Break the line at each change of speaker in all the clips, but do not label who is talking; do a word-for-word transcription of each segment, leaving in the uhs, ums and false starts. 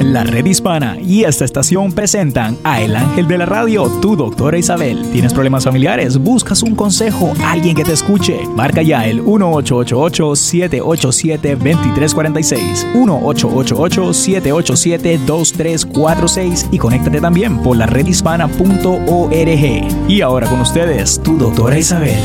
La Red Hispana y esta estación presentan a El Ángel de la Radio, tu doctora Isabel. ¿Tienes problemas familiares? ¿Buscas un consejo? ¿Alguien que te escuche? Marca ya el uno ocho ocho ocho, siete ocho siete, dos tres cuatro seis, uno ocho ocho ocho, siete ocho siete, dos tres cuatro seis y conéctate también por la red hispana punto org. Y ahora con ustedes, tu doctora Isabel.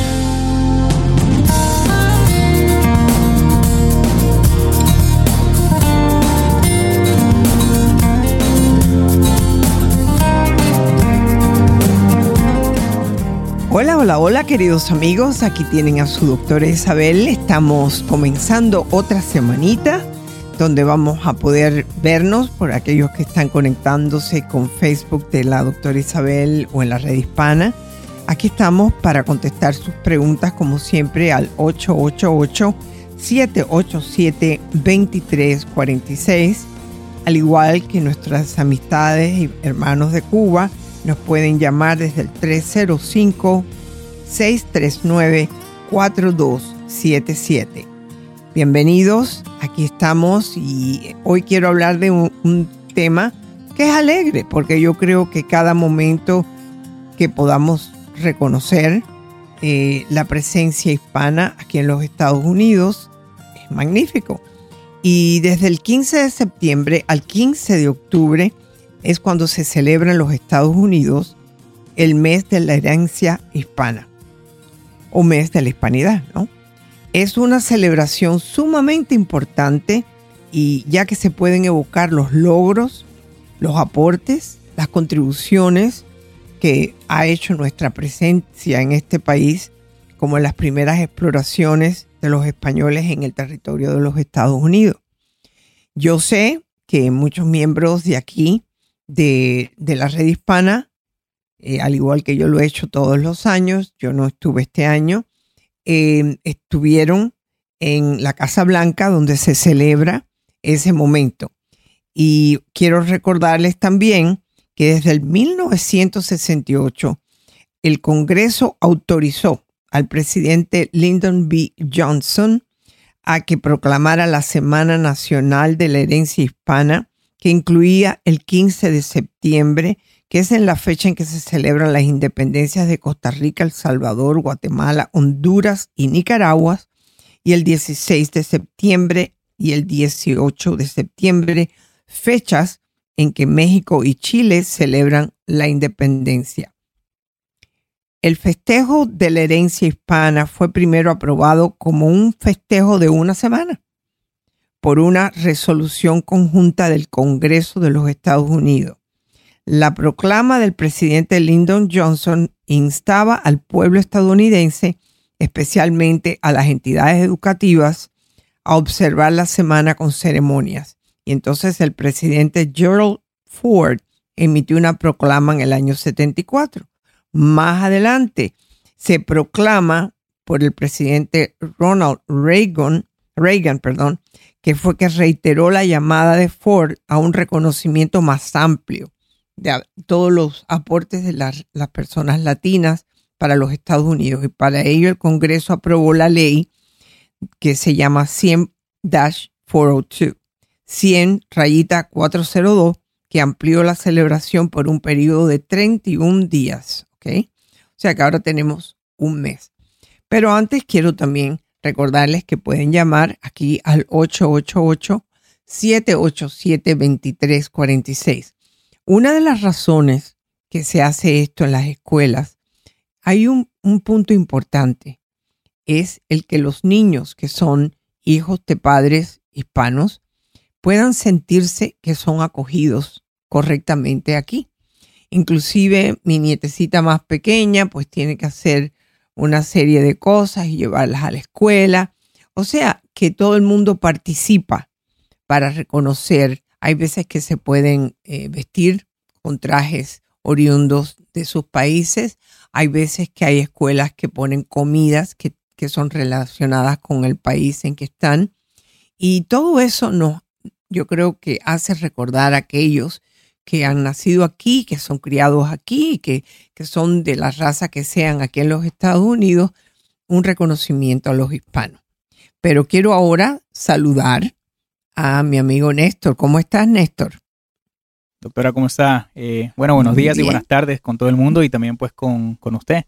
Hola, hola, hola queridos amigos, aquí tienen a su doctora Isabel. Estamos comenzando otra semanita donde vamos a poder vernos por aquellos que están conectándose con Facebook de la doctora Isabel o en la red hispana. Aquí estamos para contestar sus preguntas como siempre al ocho ocho ocho, siete ocho siete, dos tres cuatro seis, al igual que nuestras amistades y hermanos de Cuba. Nos pueden llamar desde el tres cero cinco, seis tres nueve, cuatro dos siete siete. Bienvenidos, aquí estamos y hoy quiero hablar de un, un tema que es alegre porque yo creo que cada momento que podamos reconocer eh, la presencia hispana aquí en los Estados Unidos es magnífico. Y desde el quince de septiembre al quince de octubre es cuando se celebra en los Estados Unidos el mes de la herencia hispana o mes de la hispanidad, ¿no? Es una celebración sumamente importante y ya que se pueden evocar los logros, los aportes, las contribuciones que ha hecho nuestra presencia en este país, como en las primeras exploraciones de los españoles en el territorio de los Estados Unidos. Yo sé que muchos miembros de aquí De, de la red hispana, eh, al igual que yo lo he hecho todos los años, yo no estuve este año, eh, estuvieron en la Casa Blanca donde se celebra ese momento. Y quiero recordarles también que desde el mil novecientos sesenta y ocho el Congreso autorizó al presidente Lyndon B. Johnson a que proclamara la Semana Nacional de la Herencia Hispana, que incluía el quince de septiembre, que es en la fecha en que se celebran las independencias de Costa Rica, El Salvador, Guatemala, Honduras y Nicaragua, y el dieciséis de septiembre y el dieciocho de septiembre, fechas en que México y Chile celebran la independencia. El festejo de la herencia hispana fue primero aprobado como un festejo de una semana por una resolución conjunta del Congreso de los Estados Unidos. La proclama del presidente Lyndon Johnson instaba al pueblo estadounidense, especialmente a las entidades educativas, a observar la semana con ceremonias. Y entonces el presidente Gerald Ford emitió una proclama en el año setenta y cuatro. Más adelante se proclama por el presidente Ronald Reagan, Reagan, perdón, que fue que reiteró la llamada de Ford a un reconocimiento más amplio de todos los aportes de las, las personas latinas para los Estados Unidos. Y para ello el Congreso aprobó la ley que se llama cien cuatrocientos dos, cien cuatrocientos dos, que amplió la celebración por un periodo de treinta y un días. ¿Okay? O sea que ahora tenemos un mes. Pero antes quiero también recordarles que pueden llamar aquí al ocho ocho ocho, siete ocho siete, dos tres cuatro seis. Una de las razones que se hace esto en las escuelas, hay un, un punto importante, es el que los niños que son hijos de padres hispanos puedan sentirse que son acogidos correctamente aquí. Inclusive mi nietecita más pequeña pues tiene que hacer una serie de cosas y llevarlas a la escuela. O sea, que todo el mundo participa para reconocer. Hay veces que se pueden eh, vestir con trajes oriundos de sus países. Hay veces que hay escuelas que ponen comidas que, que son relacionadas con el país en que están. Y todo eso nos, yo creo que hace recordar a aquellos que han nacido aquí, que son criados aquí, que, que son de la raza que sean aquí en los Estados Unidos, un reconocimiento a los hispanos. Pero quiero ahora saludar a mi amigo Néstor. ¿Cómo estás, Néstor?
Doctora, ¿cómo está? Eh, bueno, buenos
Muy
días
bien.
y buenas tardes con todo el mundo y también pues con, con usted.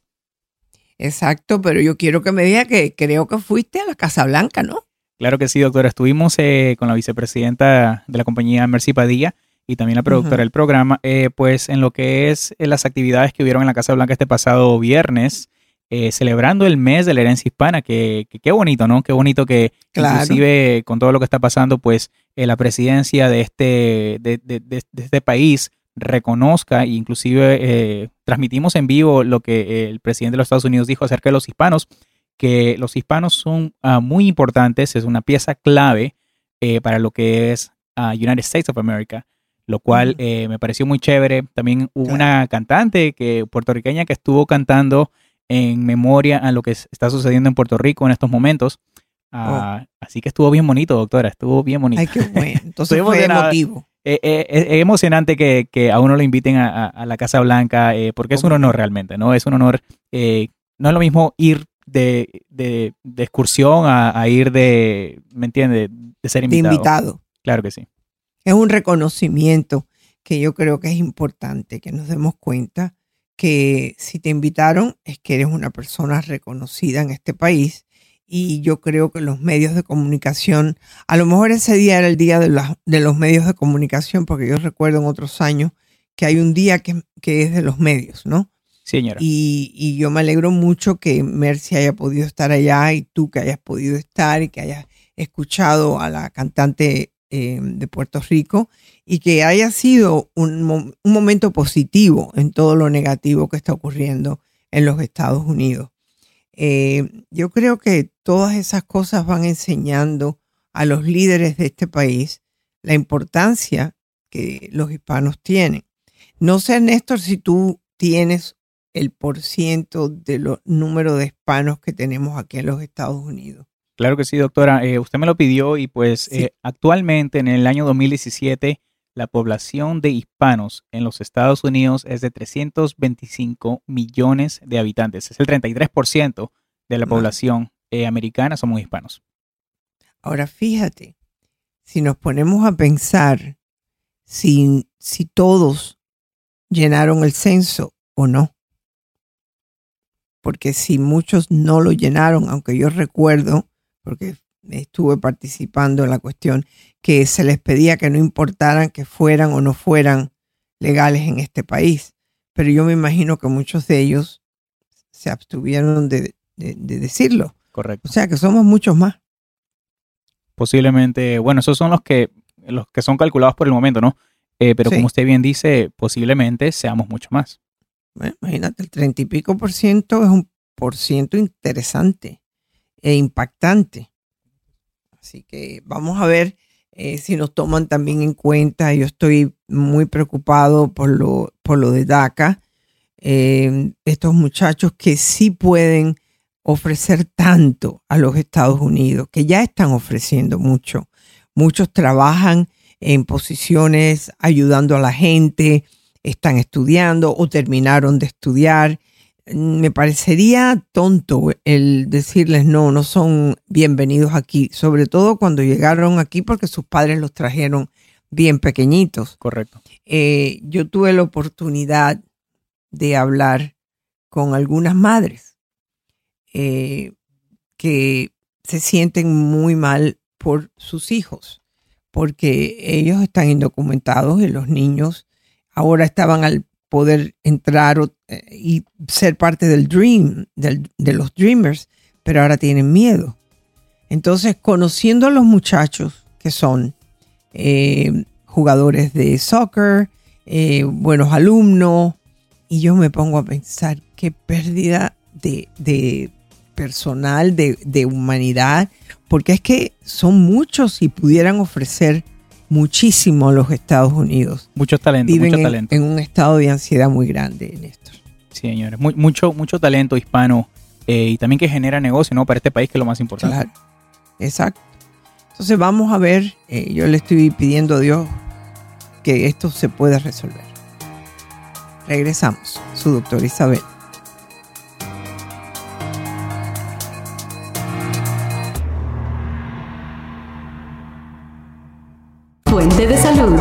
Exacto, pero yo quiero que me diga que creo que fuiste a la Casa Blanca, ¿no?
Claro que sí, doctora. Estuvimos eh, con la vicepresidenta de la compañía, Mercy Padilla, y también la productora
Ujú.
del programa, eh, pues en lo que es eh, las actividades que hubieron en la Casa Blanca este pasado viernes, eh, celebrando el mes de la herencia hispana, que, que qué bonito, ¿no? Qué bonito que
Claro.
inclusive con todo lo que está pasando, pues eh, la presidencia de este, de, de- de- de este país reconozca e inclusive eh, transmitimos en vivo lo que el presidente de los Estados Unidos dijo acerca de los hispanos, que los hispanos son ah, muy importantes, es una pieza clave eh, para lo que es ah, United States of America, lo cual
Ujú.
eh, me pareció muy chévere. También hubo
Claro.
una cantante que, puertorriqueña que estuvo cantando en memoria a lo que es- está sucediendo en Puerto Rico en estos momentos.
Oh,
Ah, así que estuvo bien bonito, doctora, estuvo bien bonito.
ay, qué bueno. Entonces
Estoy
fue
emocionado.
emotivo.
Eh, eh, es, es emocionante que, que a uno lo inviten a, a- a la Casa Blanca, eh, porque es un
¿Cómo
honor
no?
realmente, ¿no? Es un honor. eh, no es lo mismo ir de, de- de excursión a, a ir de, ¿me entiende? De ser
De
invitado.
invitado.
Claro que sí.
Es un reconocimiento que yo creo que es importante que nos demos cuenta que si te invitaron es que eres una persona reconocida en este país, y yo creo que los medios de comunicación, a lo mejor ese día era el día de, las- de los medios de comunicación, porque yo recuerdo en otros años que hay un día que, que es de los medios, ¿no?
Señora.
Y, y yo me alegro mucho que Mercy haya podido estar allá y tú que hayas podido estar y que hayas escuchado a la cantante eh, de Puerto Rico, y que haya sido un, mo- un momento positivo en todo lo negativo que está ocurriendo en los Estados Unidos. Eh, yo creo que todas esas cosas van enseñando a los líderes de este país la importancia que los hispanos tienen. No sé, Néstor, si tú tienes el porciento de los número de hispanos que tenemos aquí en los Estados Unidos.
Claro que sí, doctora. Eh, usted me lo pidió y pues
Sí.
eh, actualmente en el año dos mil diecisiete la población de hispanos en los Estados Unidos es de trescientos veinticinco millones de habitantes. Es el treinta y tres por ciento de la
Wow.
población eh, americana somos hispanos.
Ahora fíjate, si nos ponemos a pensar si, si todos llenaron el censo o no. Porque si muchos no lo llenaron, aunque yo recuerdo, porque estuve participando en la cuestión, que se les pedía que no importaran que fueran o no fueran legales en este país. Pero yo me imagino que muchos de ellos se abstuvieron de, de, de decirlo.
Correcto.
O sea que somos muchos más.
Posiblemente, bueno, esos son los que, los que son calculados por el momento, ¿no? Eh, pero
Sí.
como usted bien dice, posiblemente seamos mucho más.
Bueno, imagínate, el treinta y pico por ciento es un por ciento interesante e impactante. Así que vamos a ver eh, si nos toman también en cuenta. Yo estoy muy preocupado por lo, por lo de DACA. Eh, estos muchachos que sí pueden ofrecer tanto a los Estados Unidos, que ya están ofreciendo mucho. Muchos trabajan en posiciones ayudando a la gente, están estudiando o terminaron de estudiar. Me parecería tonto el decirles no, no son bienvenidos aquí, sobre todo cuando llegaron aquí porque sus padres los trajeron bien pequeñitos.
Correcto.
Eh, yo tuve la oportunidad de hablar con algunas madres eh, que se sienten muy mal por sus hijos, porque ellos están indocumentados y los niños ahora estaban al poder entrar eh, y ser parte del dream, del, de los dreamers, pero ahora tienen miedo. Entonces, conociendo a los muchachos que son eh, jugadores de soccer, eh, buenos alumnos, y yo me pongo a pensar qué pérdida de, de personal, de, de humanidad, porque es que son muchos y pudieran ofrecer muchísimo a los Estados Unidos.
Mucho talento,
Viven
mucho
en,
talento.
en un estado de ansiedad muy grande, Néstor.
Sí, señores. Muy, mucho, mucho talento hispano eh, y también que genera negocio, ¿no? Para este país, que es lo más importante.
Claro, exacto. Entonces vamos a ver, eh, yo le estoy pidiendo a Dios que esto se pueda resolver. Regresamos, su doctora Isabel.
Fuente de salud.
Soy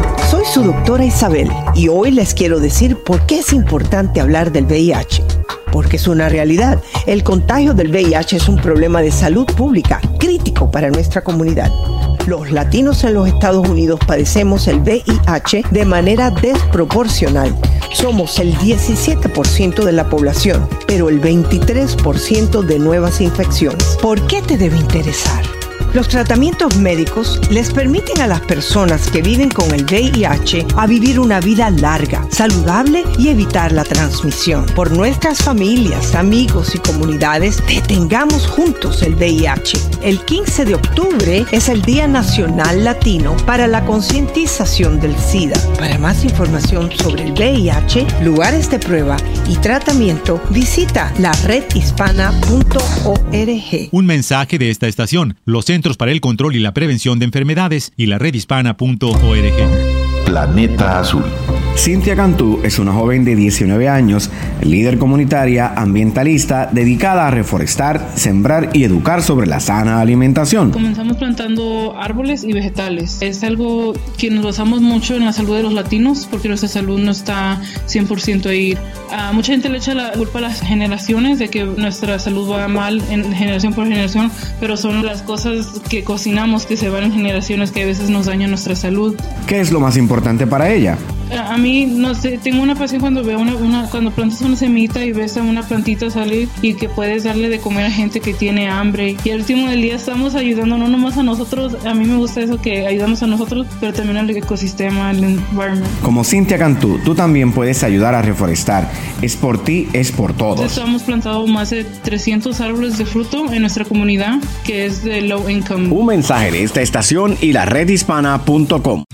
Soy su doctora Isabel y hoy les quiero decir por qué es importante hablar del V I H. Porque es una realidad. El contagio del V I H es un problema de salud pública crítico para nuestra comunidad. Los latinos en los Estados Unidos padecemos el V I H de manera desproporcional. Somos el diecisiete por ciento de la población, pero el veintitrés por ciento de nuevas infecciones. ¿Por qué te debe interesar? Los tratamientos médicos les permiten a las personas que viven con el V I H a vivir una vida larga, saludable y evitar la transmisión. Por nuestras familias, amigos y comunidades, detengamos juntos el V I H. El quince de octubre es el Día Nacional Latino para la concientización del SIDA. Para más información sobre el V I H, lugares de prueba y tratamiento, visita la red hispana punto org.
Un mensaje de esta estación, los Centros para el Control y la Prevención de Enfermedades y la red hispana punto org.
Planeta Azul.
Cynthia Cantú es una joven de diecinueve años, líder comunitaria, ambientalista, dedicada a reforestar, sembrar y educar sobre la sana alimentación.
Comenzamos plantando árboles y vegetales. Es algo que nos basamos mucho en la salud de los latinos porque nuestra salud no está cien por ciento ahí. A mucha gente le echa la culpa a las generaciones de que nuestra salud va mal en generación por generación, pero son las cosas que cocinamos que se van en generaciones que a veces nos dañan nuestra salud.
¿Qué es lo más importante para ella?
A mí, no sé, tengo una pasión cuando veo una, una, cuando plantas una semita y ves a una plantita salir y que puedes darle de comer a gente que tiene hambre. Y al último del día estamos ayudando no nomás a nosotros, a mí me gusta eso que ayudamos a nosotros, pero también al ecosistema, al environment.
Como Cynthia Cantú, tú también puedes ayudar a reforestar. Es por ti, es por todos.
Entonces, hemos plantado más de trescientos árboles de fruto en nuestra comunidad, que es de low income.
Un mensaje de esta estación y la red hispana punto com.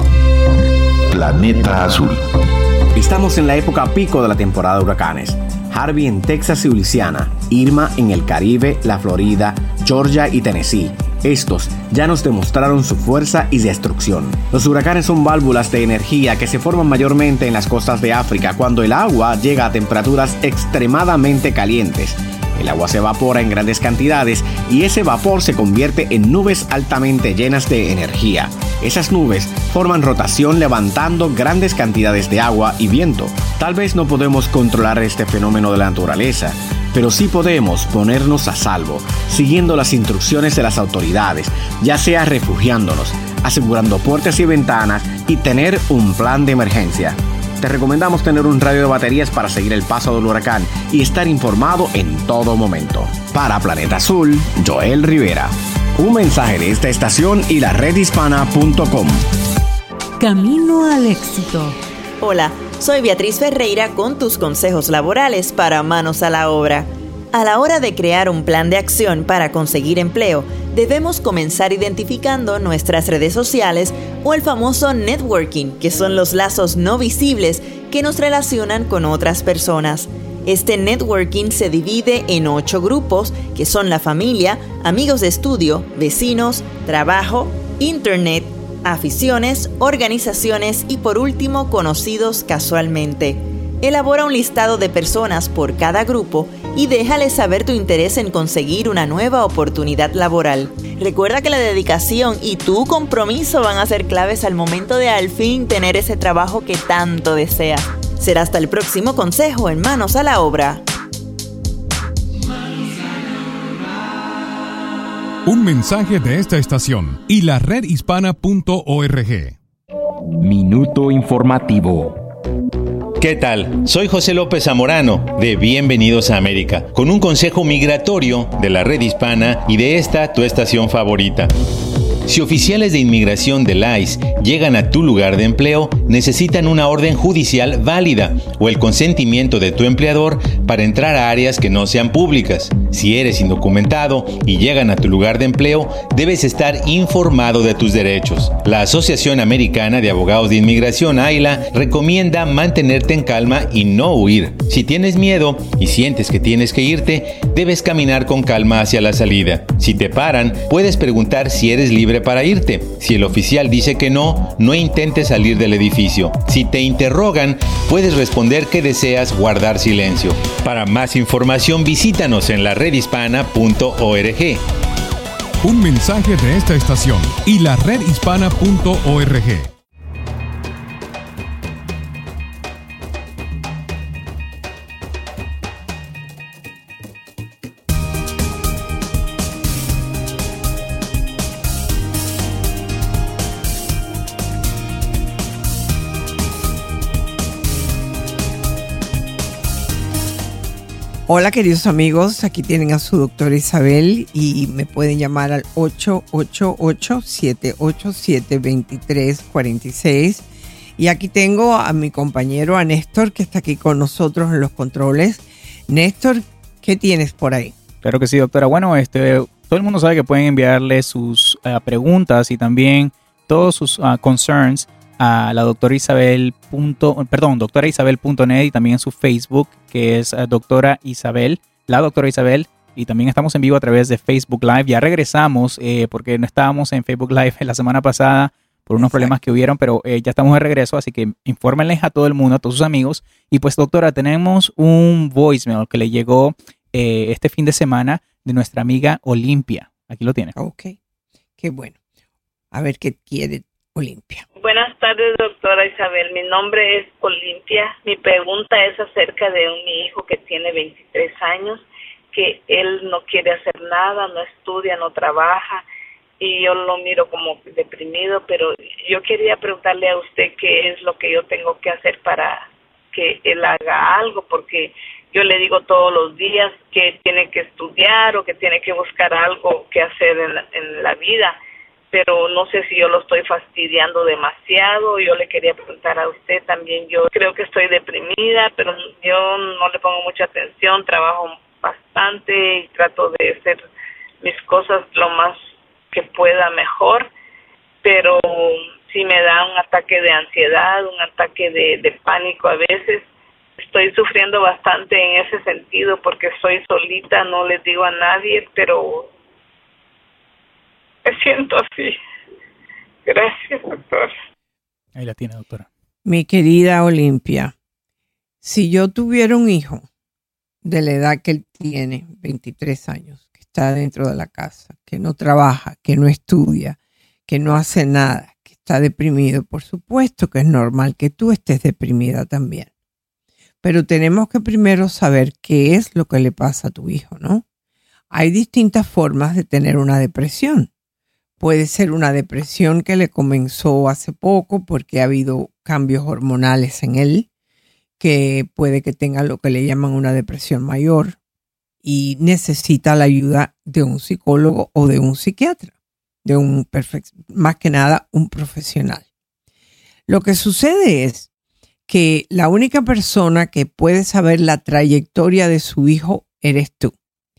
Planeta Azul.
Estamos en la época pico de la temporada de huracanes. Harvey en Texas y Luisiana, Irma en el Caribe, la Florida, Georgia y Tennessee. Estos ya nos demostraron su fuerza y destrucción. Los huracanes son válvulas de energía que se forman mayormente en las costas de África cuando el agua llega a temperaturas extremadamente calientes. El agua se evapora en grandes cantidades y ese vapor se convierte en nubes altamente llenas de energía. Esas nubes forman rotación levantando grandes cantidades de agua y viento. Tal vez no podemos controlar este fenómeno de la naturaleza, pero sí podemos ponernos a salvo, siguiendo las instrucciones de las autoridades, ya sea refugiándonos, asegurando puertas y ventanas y tener un plan de emergencia. Te recomendamos tener un radio de baterías para seguir el paso del huracán y estar informado en todo momento. Para Planeta Azul, Joel Rivera. Un mensaje de esta estación y la red hispana punto com.
Camino al éxito.
Hola, soy Beatriz Ferreira con tus consejos laborales para Manos a la Obra. A la hora de crear un plan de acción para conseguir empleo, debemos comenzar identificando nuestras redes sociales o el famoso networking, que son los lazos no visibles que nos relacionan con otras personas. Este networking se divide en ocho grupos, que son la familia, amigos de estudio, vecinos, trabajo, internet, aficiones, organizaciones y por último, conocidos casualmente. Elabora un listado de personas por cada grupo y déjales saber tu interés en conseguir una nueva oportunidad laboral. Recuerda que la dedicación y tu compromiso van a ser claves al momento de al fin tener ese trabajo que tanto deseas. Será hasta el próximo consejo en Manos a la Obra.
Un mensaje de esta estación y la red hispana punto org.
Minuto informativo.
¿Qué tal? Soy José López Zamorano de Bienvenidos a América, con un consejo migratorio de la red hispana y de esta tu estación favorita. Si oficiales de inmigración del I C E llegan a tu lugar de empleo, necesitan una orden judicial válida o el consentimiento de tu empleador para entrar a áreas que no sean públicas. Si eres indocumentado y llegan a tu lugar de empleo, debes estar informado de tus derechos. La Asociación Americana de Abogados de Inmigración, A I L A, recomienda mantenerte en calma y no huir. Si tienes miedo y sientes que tienes que irte, debes caminar con calma hacia la salida. Si te paran, puedes preguntar si eres libre para irte. Si el oficial dice que no, no intentes salir del edificio. Si te interrogan, puedes responder que deseas guardar silencio. Para más información, visítanos en la red hispana punto org.
Un mensaje de esta estación y la red hispana punto org.
Hola queridos amigos, aquí tienen a su doctora Isabel y me pueden llamar al ocho ocho ocho, siete ocho siete, dos tres cuatro seis. Y aquí tengo a mi compañero, a Néstor, que está aquí con nosotros en los controles. Néstor, ¿qué tienes por ahí?
Claro que sí, doctora. Bueno, este, todo el mundo sabe que pueden enviarle sus uh, preguntas y también todos sus uh, concerns a la doctora Isabel. Perdón, doctora Isabel punto net y también en su Facebook, que es uh, doctora Isabel, la doctora Isabel. Y también estamos en vivo a través de Facebook Live. Ya regresamos eh, porque no estábamos en Facebook Live la semana pasada por unos Exacto. problemas que hubieron, pero eh, ya estamos de regreso, así que infórmenles a todo el mundo, a todos sus amigos. Y pues, doctora, tenemos un voicemail que le llegó eh, este fin de semana de nuestra amiga Olimpia. Aquí lo tiene.
Ok, qué bueno. A ver qué quiere Olimpia.
Buenas tardes, doctora Isabel. Mi nombre es Olimpia. Mi pregunta es acerca de un, mi hijo que tiene veintitrés años, que él no quiere hacer nada, no estudia, no trabaja, y yo lo miro como deprimido, pero yo quería preguntarle a usted qué es lo que yo tengo que hacer para que él haga algo, porque yo le digo todos los días que tiene que estudiar o que tiene que buscar algo que hacer en la, en la vida, pero no sé si yo lo estoy fastidiando demasiado. Yo le quería preguntar a usted también, yo creo que estoy deprimida, pero yo no le pongo mucha atención, trabajo bastante y trato de hacer mis cosas lo más que pueda mejor, pero si me da un ataque de ansiedad, un ataque de, de pánico a veces. Estoy sufriendo bastante en ese sentido porque soy solita, no les digo a nadie, pero me siento así. Gracias, doctor.
Ahí la tiene, doctora.
Mi querida Olimpia, si yo tuviera un hijo de la edad que él tiene, veintitrés años, que está dentro de la casa, que no trabaja, que no estudia, que no hace nada, que está deprimido, por supuesto que es normal que tú estés deprimida también. Pero tenemos que primero saber qué es lo que le pasa a tu hijo, ¿no? Hay distintas formas de tener una depresión. Puede ser una depresión que le comenzó hace poco porque ha habido cambios hormonales en él, que puede que tenga lo que le llaman una depresión mayor y necesita la ayuda de un psicólogo o de un psiquiatra, de un perfect, más que nada un profesional. Lo que sucede es que la única persona que puede saber la trayectoria de su hijo eres tú.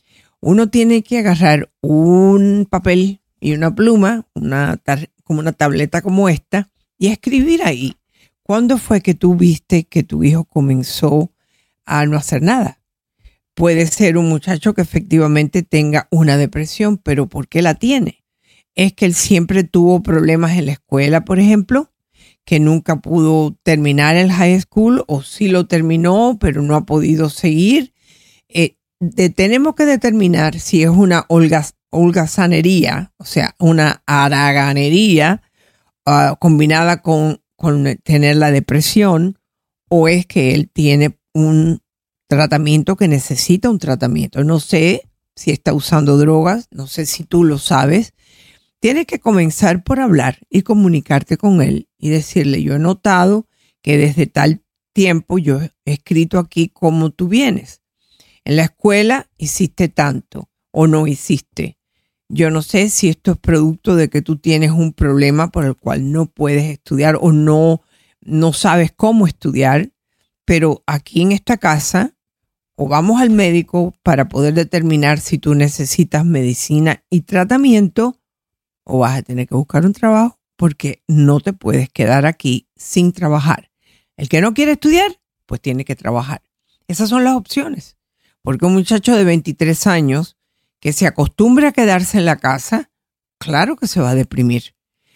Uno tiene que agarrar un papel y una pluma, una tar- como una tableta como esta, y escribir ahí cuándo fue que tú viste que tu hijo comenzó a no hacer nada. Puede ser un muchacho que efectivamente tenga una depresión, pero ¿por qué la tiene? Es que él siempre tuvo problemas en la escuela, por ejemplo, que nunca pudo terminar el high school, o sí lo terminó, pero no ha podido seguir. Eh, de, tenemos que determinar si es una holgaz, holgazanería, o sea, una haraganería uh, combinada con, con tener la depresión, o es que él tiene un tratamiento que necesita un tratamiento. No sé si está usando drogas, no sé si tú lo sabes. Tienes que comenzar por hablar y comunicarte con él y decirle, yo he notado que desde tal tiempo yo he escrito aquí cómo tú vienes. En la escuela hiciste tanto o no hiciste. Yo no sé si esto es producto de que tú tienes un problema por el cual no puedes estudiar o no, no sabes cómo estudiar, pero aquí en esta casa o vamos al médico para poder determinar si tú necesitas medicina y tratamiento, o vas a tener que buscar un trabajo porque no te puedes quedar aquí sin trabajar. El que no quiere estudiar, pues tiene que trabajar. Esas son las opciones. Porque un muchacho de veintitrés años que se acostumbre a quedarse en la casa, claro que se va a deprimir.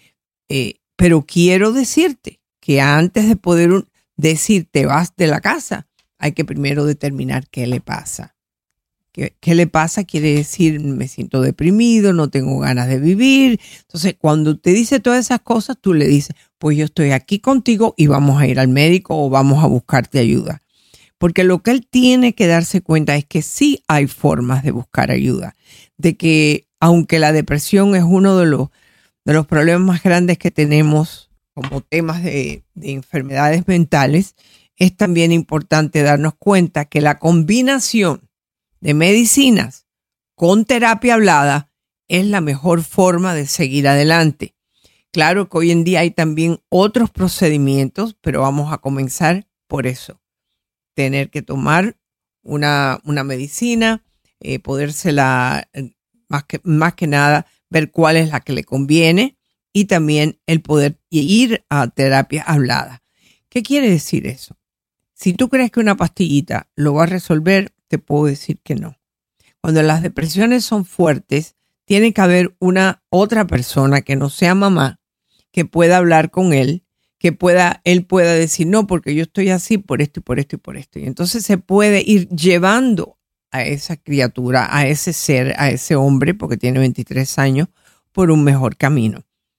Eh, pero quiero decirte que antes de poder un, decir te vas de la casa, hay que primero determinar qué le pasa. ¿Qué, ¿Qué le pasa? Quiere decir, me siento deprimido, no tengo ganas de vivir. Entonces, cuando te dice todas esas cosas, tú le dices, pues yo estoy aquí contigo y vamos a ir al médico o vamos a buscarte ayuda. Porque lo que él tiene que darse cuenta es que sí hay formas de buscar ayuda. De que, aunque la depresión es uno de los, de los problemas más grandes que tenemos como temas de, de enfermedades mentales, es también importante darnos cuenta que la combinación de medicinas con terapia hablada es la mejor forma de seguir adelante. Claro que hoy en día hay también otros procedimientos, pero vamos a comenzar por eso. Tener que tomar una, una medicina, eh, podérsela, más que, más que nada, ver cuál es la que le conviene y también el poder ir a terapia hablada. ¿Qué quiere decir eso? Si tú crees que una pastillita lo va a resolver, te puedo decir que no. Cuando las depresiones son fuertes, tiene que haber una otra persona que no sea mamá, que pueda hablar con él, que pueda, él pueda decir, no, porque yo estoy así por esto y por esto y por esto. Y entonces se puede ir llevando a esa criatura, a ese ser, a ese hombre, porque tiene veintitrés años, por un mejor camino.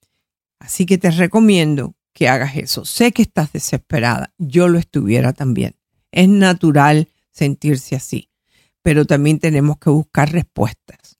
Así que te recomiendo que hagas eso. Sé que estás desesperada, yo lo estuviera también. Es natural sentirse así, pero también tenemos que buscar respuestas.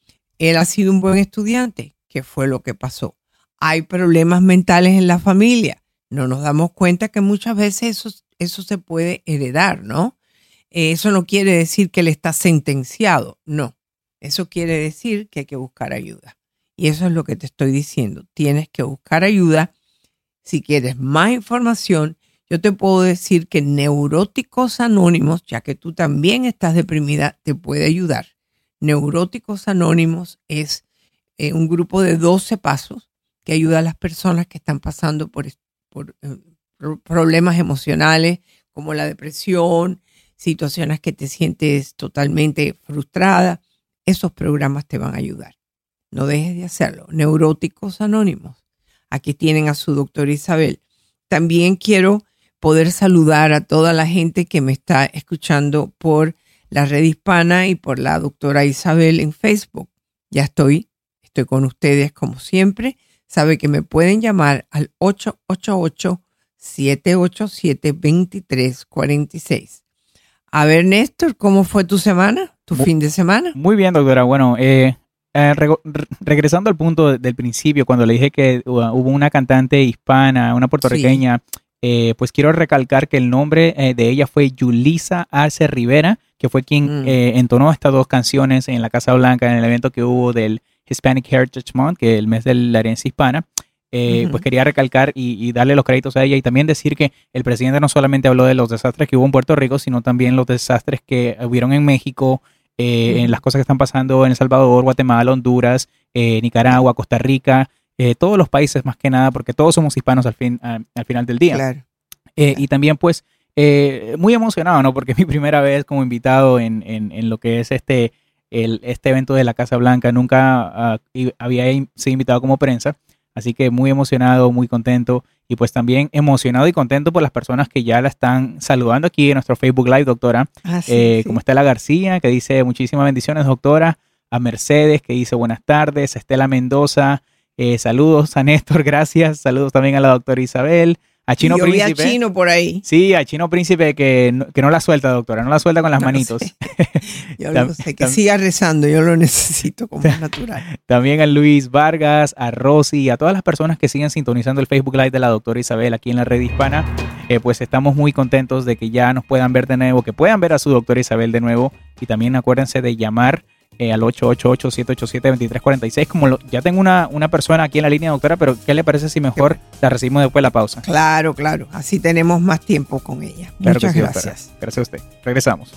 Él ha sido un buen estudiante. ¿Qué fue lo que pasó? Hay problemas mentales en la familia. No nos damos cuenta que muchas veces eso, eso se puede heredar, ¿no? Eso no quiere decir que él está sentenciado, no. Eso quiere decir que hay que buscar ayuda. Y eso es lo que te estoy diciendo. Tienes que buscar ayuda. Si quieres más información, yo te puedo decir que Neuróticos Anónimos, ya que tú también estás deprimida, te puede ayudar. Neuróticos Anónimos es eh, un grupo de doce pasos que ayuda a las personas que están pasando por, por eh, problemas emocionales como la depresión, situaciones que te sientes totalmente frustrada. Esos programas te van a ayudar. No dejes de hacerlo. Neuróticos Anónimos. Aquí tienen a su doctora Isabel. También quiero poder saludar a toda la gente que me está escuchando por la Red Hispana y por la doctora Isabel en Facebook. Ya estoy, estoy con ustedes como siempre. Sabe que me pueden llamar al ocho ocho ocho, siete ocho siete, dos tres cuatro seis. A ver, Néstor, ¿cómo fue tu semana, tu muy, fin de semana?
Muy bien, doctora. Bueno, eh, eh, re regresando al punto de, del principio, cuando le dije que uh, hubo una cantante hispana, una puertorriqueña, sí. eh, pues quiero recalcar que el nombre eh, de ella fue Yulisa Arce Rivera, que fue quien mm. eh, entonó estas dos canciones en la Casa Blanca en el evento que hubo del Hispanic Heritage Month, que es el mes de la herencia hispana. Eh, uh-huh. Pues quería recalcar y, y darle los créditos a ella y también decir que el presidente no solamente habló de los desastres que hubo en Puerto Rico, sino también los desastres que hubieron en México, eh, uh-huh. en las cosas que están pasando en El Salvador, Guatemala, Honduras, eh, Nicaragua, Costa Rica, eh, todos los países más que nada, porque todos somos hispanos al, fin, a, al final del día.
Claro.
Eh,
claro.
Y también pues eh, muy emocionado, ¿no? Porque es mi primera vez como invitado en, en, en lo que es este, el, este evento de la Casa Blanca. Nunca uh, había sido invitado como prensa. Así que muy emocionado, muy contento y pues también emocionado y contento por las personas que ya la están saludando aquí en nuestro Facebook Live, doctora. Ah, sí, eh, sí. Como Estela García, que dice muchísimas bendiciones, doctora. A Mercedes, que dice buenas tardes. Estela Mendoza, eh, saludos a Néstor, gracias. Saludos también a la doctora Isabel. A Chino
Yo
Príncipe.
Vi a Chino por ahí.
Sí, a Chino Príncipe que no, que no la suelta, doctora, no la suelta con las
no
manitos.
Sé. Yo lo sé, que siga rezando, yo lo necesito como es natural.
También a Luis Vargas, a Rosy y a todas las personas que siguen sintonizando el Facebook Live de la doctora Isabel aquí en la Red Hispana. Eh, pues estamos muy contentos de que ya nos puedan ver de nuevo, que puedan ver a su doctora Isabel de nuevo y también acuérdense de llamar Eh, al ocho ocho ocho, siete ocho siete, dos tres cuatro seis. Como lo, ya tengo una, una persona aquí en la línea, doctora, pero ¿qué le parece si mejor la recibimos después de la pausa?
Claro, claro. Así tenemos más tiempo con ella.
Claro
Muchas
sí,
gracias.
Doctora. Gracias a usted. Regresamos.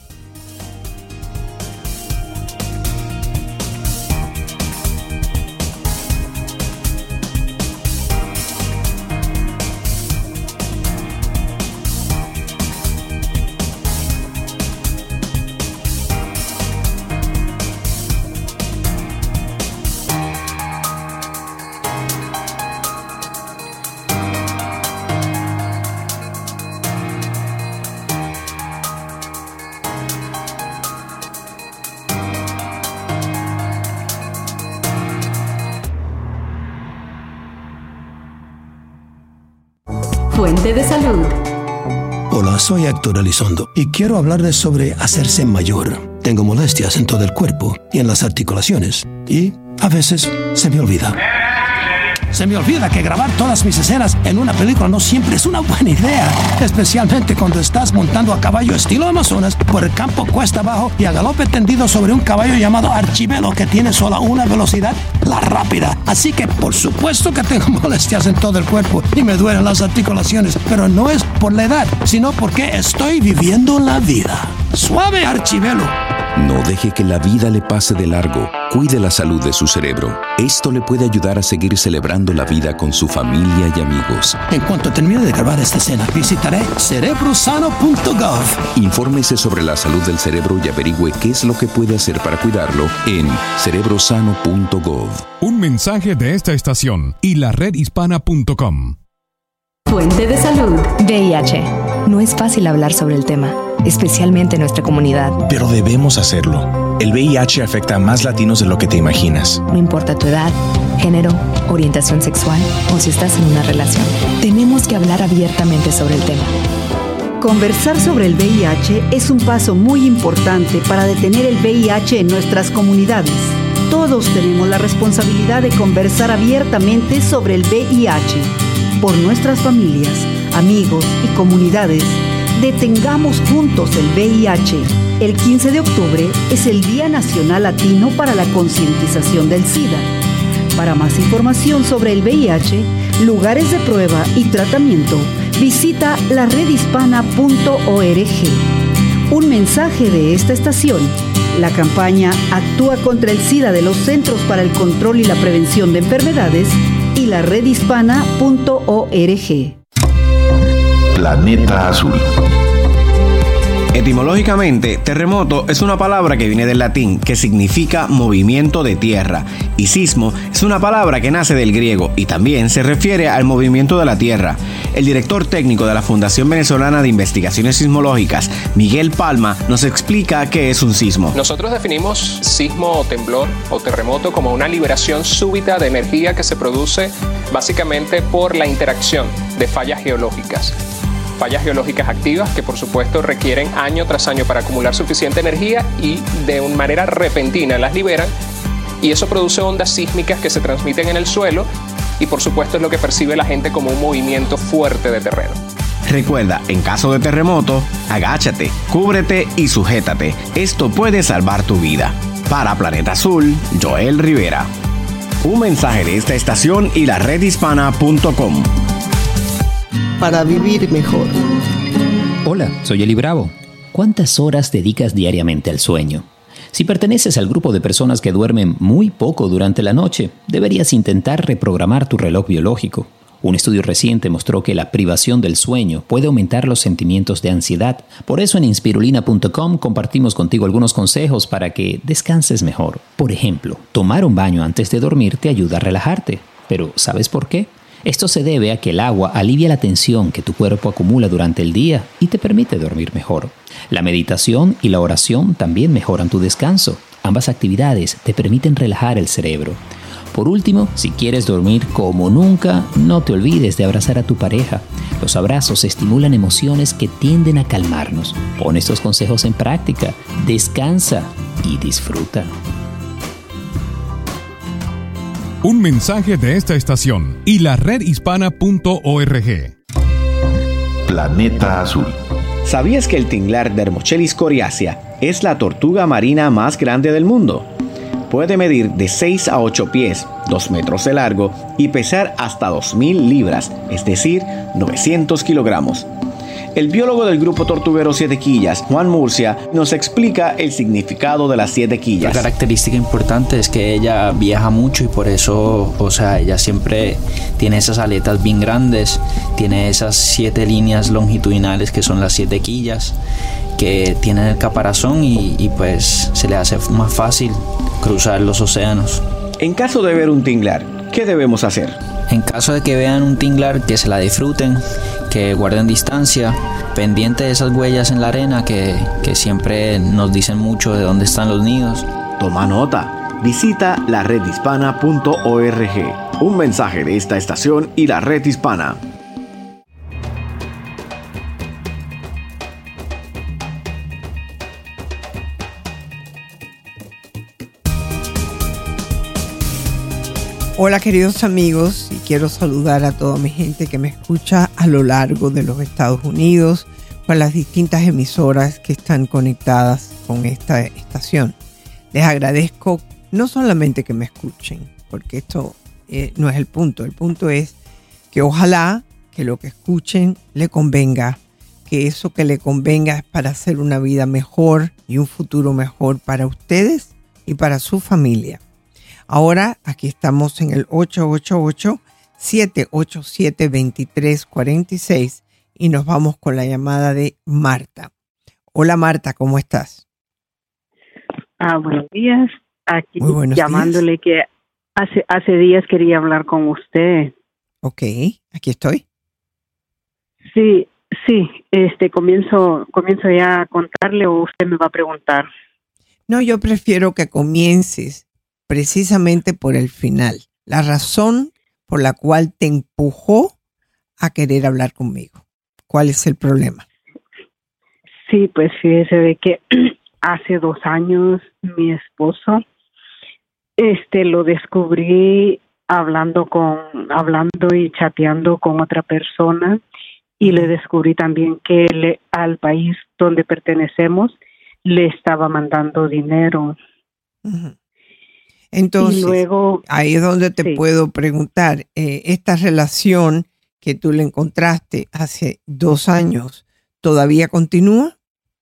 Fuente de salud.
Hola, soy Héctor Elizondo y quiero hablarles sobre hacerse mayor. Tengo molestias en todo el cuerpo y en las articulaciones y a veces se me olvida. Se me olvida que grabar todas mis escenas en una película no siempre es una buena idea, especialmente cuando estás montando a caballo estilo Amazonas por el campo cuesta abajo y a galope tendido sobre un caballo llamado Archibelo que tiene solo una velocidad, la rápida. Así que por supuesto que tengo molestias en todo el cuerpo y me duelen las articulaciones, pero no es por la edad, sino porque estoy viviendo la vida. ¡Suave, Archibelo!
No deje que la vida le pase de largo. Cuide la salud de su cerebro. Esto le puede ayudar a seguir celebrando la vida con su familia y amigos.
En cuanto termine de grabar esta escena, visitaré cerebrosano punto gov.
Infórmese sobre la salud del cerebro y averigüe qué es lo que puede hacer para cuidarlo en cerebrosano punto gov.
Un mensaje de esta estación y la red hispana punto com.
Fuente de salud.
V I H. No es fácil hablar sobre el tema, especialmente en nuestra comunidad.
Pero debemos hacerlo. El V I H afecta a más latinos de lo que te imaginas.
No importa tu edad, género, orientación sexual o si estás en una relación. Tenemos que hablar abiertamente sobre el tema.
Conversar sobre el V I H es un paso muy importante para detener el V I H en nuestras comunidades. Todos tenemos la responsabilidad de conversar abiertamente sobre el V I H. Por nuestras familias, amigos y comunidades, detengamos juntos el V I H. El quince de octubre es el Día Nacional Latino para la Concientización del SIDA. Para más información sobre el V I H, lugares de prueba y tratamiento, visita la red hispana punto org. Un mensaje de esta estación. La campaña Actúa contra el SIDA de los Centros para el Control y la Prevención de Enfermedades y la red hispana punto org.
Planeta Azul.
Etimológicamente, terremoto es una palabra que viene del latín que significa movimiento de tierra, y sismo es una palabra que nace del griego y también se refiere al movimiento de la tierra. El director técnico de la Fundación Venezolana de Investigaciones Sismológicas, Miguel Palma, nos explica qué es un sismo.
Nosotros definimos sismo o temblor o terremoto como una liberación súbita de energía que se produce básicamente por la interacción de fallas geológicas. Fallas geológicas activas que por supuesto requieren año tras año para acumular suficiente energía y de una manera repentina las liberan, y eso produce ondas sísmicas que se transmiten en el suelo y por supuesto es lo que percibe la gente como un movimiento fuerte de terreno.
Recuerda, en caso de terremoto, agáchate, cúbrete y sujétate. Esto puede salvar tu vida. Para Planeta Azul, Joel Rivera. Un mensaje de esta estación y la red hispana punto com.
Para vivir mejor.
Hola, soy Eli Bravo. ¿Cuántas horas dedicas diariamente al sueño? Si perteneces al grupo de personas que duermen muy poco durante la noche, deberías intentar reprogramar tu reloj biológico. Un estudio reciente mostró que la privación del sueño puede aumentar los sentimientos de ansiedad. Por eso en inspirulina punto com compartimos contigo algunos consejos para que descanses mejor. Por ejemplo, tomar un baño antes de dormir te ayuda a relajarte. Pero ¿sabes por qué? Esto se debe a que el agua alivia la tensión que tu cuerpo acumula durante el día y te permite dormir mejor. La meditación y la oración también mejoran tu descanso. Ambas actividades te permiten relajar el cerebro. Por último, si quieres dormir como nunca, no te olvides de abrazar a tu pareja. Los abrazos estimulan emociones que tienden a calmarnos. Pon estos consejos en práctica, descansa y disfruta.
Un mensaje de esta estación y la red hispana punto org.
Planeta Azul.
¿Sabías que el tinglar Dermochelis coriacea es la tortuga marina más grande del mundo? Puede medir de seis a ocho pies, dos metros de largo y pesar hasta dos mil libras, es decir, novecientos kilogramos. El biólogo del grupo tortuguero Siete Quillas, Juan Murcia, nos explica el significado de las siete quillas.
La característica importante es que ella viaja mucho y por eso, o sea, ella siempre tiene esas aletas bien grandes, tiene esas siete líneas longitudinales que son las siete quillas, que tienen el caparazón y, y pues se le hace más fácil cruzar los océanos.
En caso de ver un tinglar, ¿qué debemos hacer?
En caso de que vean un tinglar, que se la disfruten, que guarden distancia, pendiente de esas huellas en la arena que, que siempre nos dicen mucho de dónde están los nidos.
Toma nota. Visita la red hispana punto org. Un mensaje de esta estación y la red hispana.
Hola queridos amigos, y quiero saludar a toda mi gente que me escucha a lo largo de los Estados Unidos con las distintas emisoras que están conectadas con esta estación. Les agradezco no solamente que me escuchen, porque esto eh, no es el punto. El punto es que ojalá que lo que escuchen le convenga, que eso que le convenga es para hacer una vida mejor y un futuro mejor para ustedes y para su familia. Ahora aquí estamos en el ocho ocho ocho, siete ocho siete, dos tres cuatro seis y nos vamos con la llamada de Marta. Hola Marta, ¿cómo estás?
Ah, buenos días. Aquí
Muy buenos
llamándole
días.
que hace hace días quería hablar con usted.
Ok, aquí estoy.
Sí, sí, este comienzo comienzo ya a contarle o usted me va a preguntar.
No, yo prefiero que comiences precisamente por el final. La razón por la cual te empujó a querer hablar conmigo. ¿Cuál es el problema?
Sí, pues fíjese de que hace dos años mi esposo, este, lo descubrí hablando con, hablando y chateando con otra persona y le descubrí también que le, al país donde pertenecemos le estaba mandando dinero.
Uh-huh. Entonces,
y luego,
ahí es donde te
sí.
puedo preguntar, eh, esta relación que tú le encontraste hace dos años, ¿todavía continúa?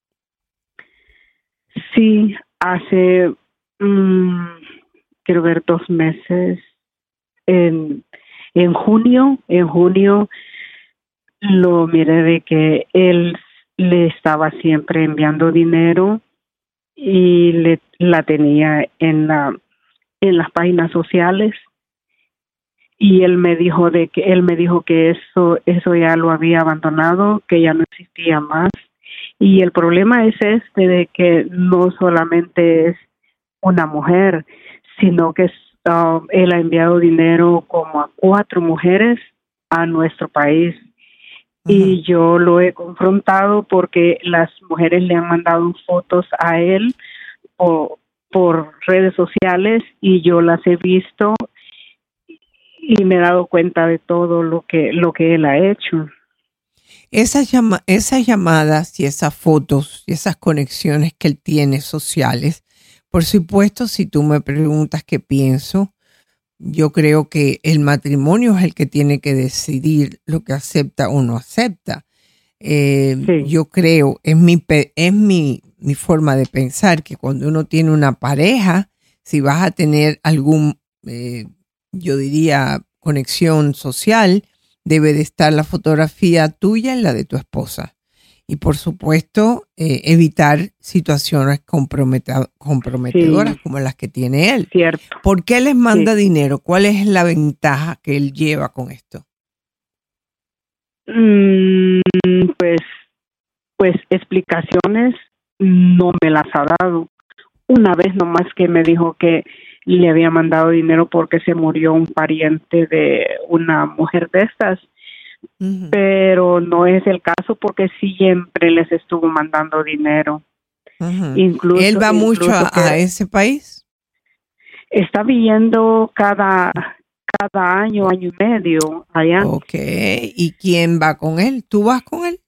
Sí, hace, um, quiero ver, dos meses, en, en junio, en junio lo miré de que él le estaba siempre enviando dinero y le la tenía en la en las páginas sociales y él me dijo de que él me dijo que eso eso ya lo había abandonado, que ya no existía más. Y el problema es este de que no solamente es una mujer, sino que uh, él ha enviado dinero como a cuatro mujeres a nuestro país. Uh-huh. Y yo lo he confrontado porque las mujeres le han mandado fotos a él o por redes sociales y yo las he visto y me he dado cuenta de todo lo que lo que él ha hecho.
Esas, llama- esas llamadas y esas fotos y esas conexiones que él tiene sociales, por supuesto, si tú me preguntas qué pienso, yo creo que el matrimonio es el que tiene que decidir lo que acepta o no acepta. Eh, sí. Yo creo, es mi, pe- es mi, mi forma de pensar que cuando uno tiene una pareja, si vas a tener algún, eh, yo diría, conexión social, debe de estar la fotografía tuya y la de tu esposa. Y por supuesto, eh, evitar situaciones comprometa- comprometedoras sí. como las que tiene él.
Cierto.
¿Por qué les manda
sí.
dinero? ¿Cuál es la ventaja que él lleva con esto?
Mm, pues, pues explicaciones no me las ha dado. Una vez nomás que me dijo que le había mandado dinero porque se murió un pariente de una mujer de estas. Uh-huh. Pero no es el caso porque siempre les estuvo mandando dinero.
Uh-huh.
Incluso,
¿Él va mucho a, a ese país?
Está viviendo cada, cada año, año y medio allá.
Ok. ¿Y quién va con él? ¿Tú vas con él?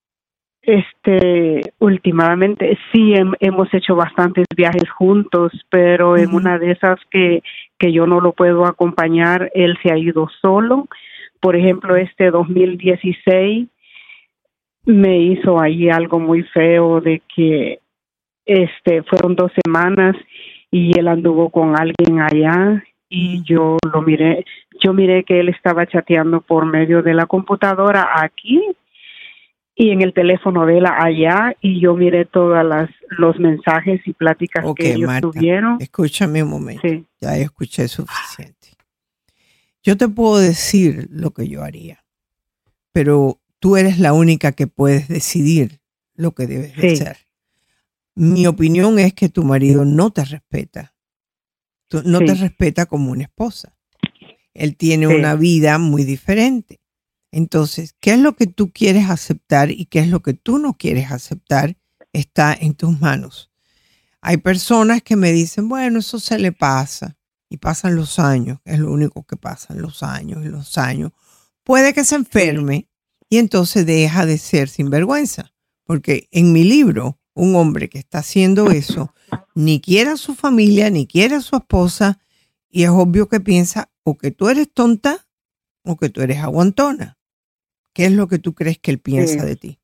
Este, últimamente sí hem, hemos hecho bastantes viajes juntos, pero uh-huh. en una de esas que, que yo no lo puedo acompañar, él se ha ido solo. Por ejemplo, este dos mil dieciséis me hizo ahí algo muy feo de que este fueron dos semanas y él anduvo con alguien allá y yo lo miré, yo miré que él estaba chateando por medio de la computadora aquí y en el teléfono de él allá y yo miré todas las los mensajes y pláticas okay, que ellos
Marta,
tuvieron.
Escúchame un momento.
Sí.
Ya escuché suficiente. Yo te puedo decir lo que yo haría, pero tú eres la única que puedes decidir lo que debes
sí.
de hacer. Mi opinión es que tu marido no te respeta. Tú, no sí. te respeta como una esposa. Él tiene sí. una vida muy diferente. Entonces, ¿qué es lo que tú quieres aceptar y qué es lo que tú no quieres aceptar? Está en tus manos. Hay personas que me dicen, bueno, eso se le pasa. y pasan los años, es lo único que pasan, los años y los años, puede que se enferme y entonces deja de ser sinvergüenza. Porque en mi libro, un hombre que está haciendo eso, ni quiere a su familia, ni quiere a su esposa, y es obvio que piensa o que tú eres tonta o que tú eres aguantona. ¿Qué es lo que tú crees que él piensa
Sí.
de ti?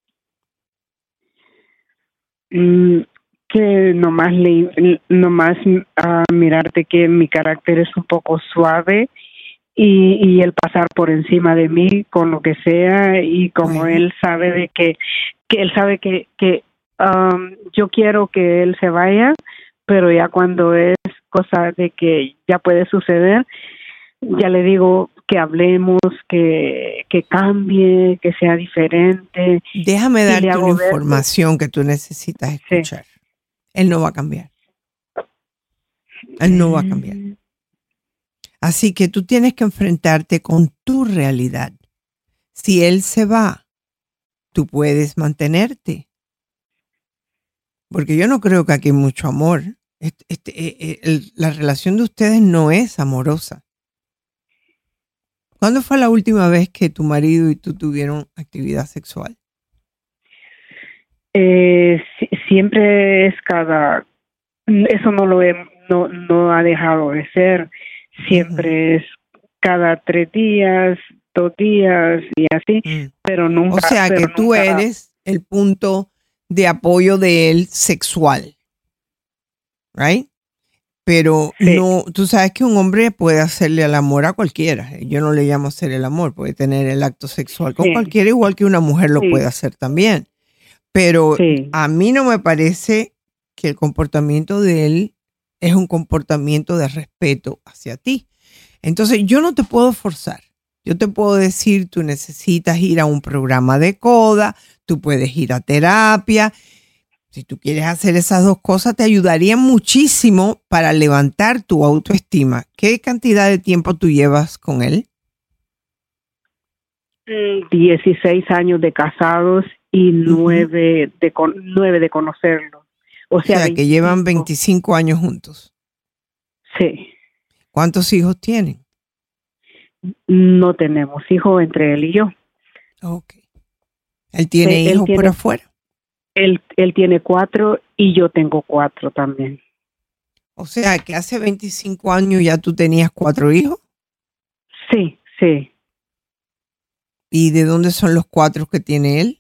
Mm, que nomás, le, nomás uh, mirarte que mi carácter es un poco suave y, y el pasar por encima de mí con lo que sea, y como
Bueno.
él sabe de que, que él sabe que, que um, yo quiero que él se vaya, pero ya cuando es cosa de que ya puede suceder, ya le digo que hablemos, que, que cambie, que sea diferente.
Déjame
Y le
darte
hago
una
ver-
información que tú necesitas escuchar. Él no va a cambiar. Él no va a cambiar. Así que tú tienes que enfrentarte con tu realidad. Si él se va, tú puedes mantenerte. Porque yo no creo que aquí hay mucho amor. Este, este, eh, eh, el- la relación de ustedes no es amorosa. ¿Cuándo fue la última vez que tu marido y tú tuvieron actividad sexual?
Eh, si- siempre es cada, eso no lo he, no, no ha dejado de ser, siempre es cada tres días, dos días y así, pero nunca.
O sea que
pero
tú
nunca-
eres el punto de apoyo de él sexual. Right? Pero no, tú sabes que un hombre puede hacerle el amor a cualquiera. Yo no le llamo hacer el amor, puede tener el acto sexual con
Sí.
cualquiera, igual que una mujer lo
Sí.
puede hacer también. Pero a mí no me parece que el comportamiento de él es un comportamiento de respeto hacia ti. Entonces yo no te puedo forzar. Yo te puedo decir, tú necesitas ir a un programa de coda, tú puedes ir a terapia. Si tú quieres hacer esas dos cosas, te ayudarían muchísimo para levantar tu autoestima. ¿Qué cantidad de tiempo tú llevas con él?
Mm, dieciséis años de casados y nueve de con, nueve de conocerlo. O
O sea,
sea,
que llevan veinticinco años juntos.
Sí.
¿Cuántos hijos tienen?
No tenemos hijos entre él y yo.
Ok. ¿Él tiene
Él- él
hijos por
tiene-
afuera?
Él, él tiene cuatro y yo tengo cuatro también.
O sea, que hace veinticinco años ya tú tenías cuatro hijos.
Sí, sí.
¿Y de dónde son los cuatro que tiene él?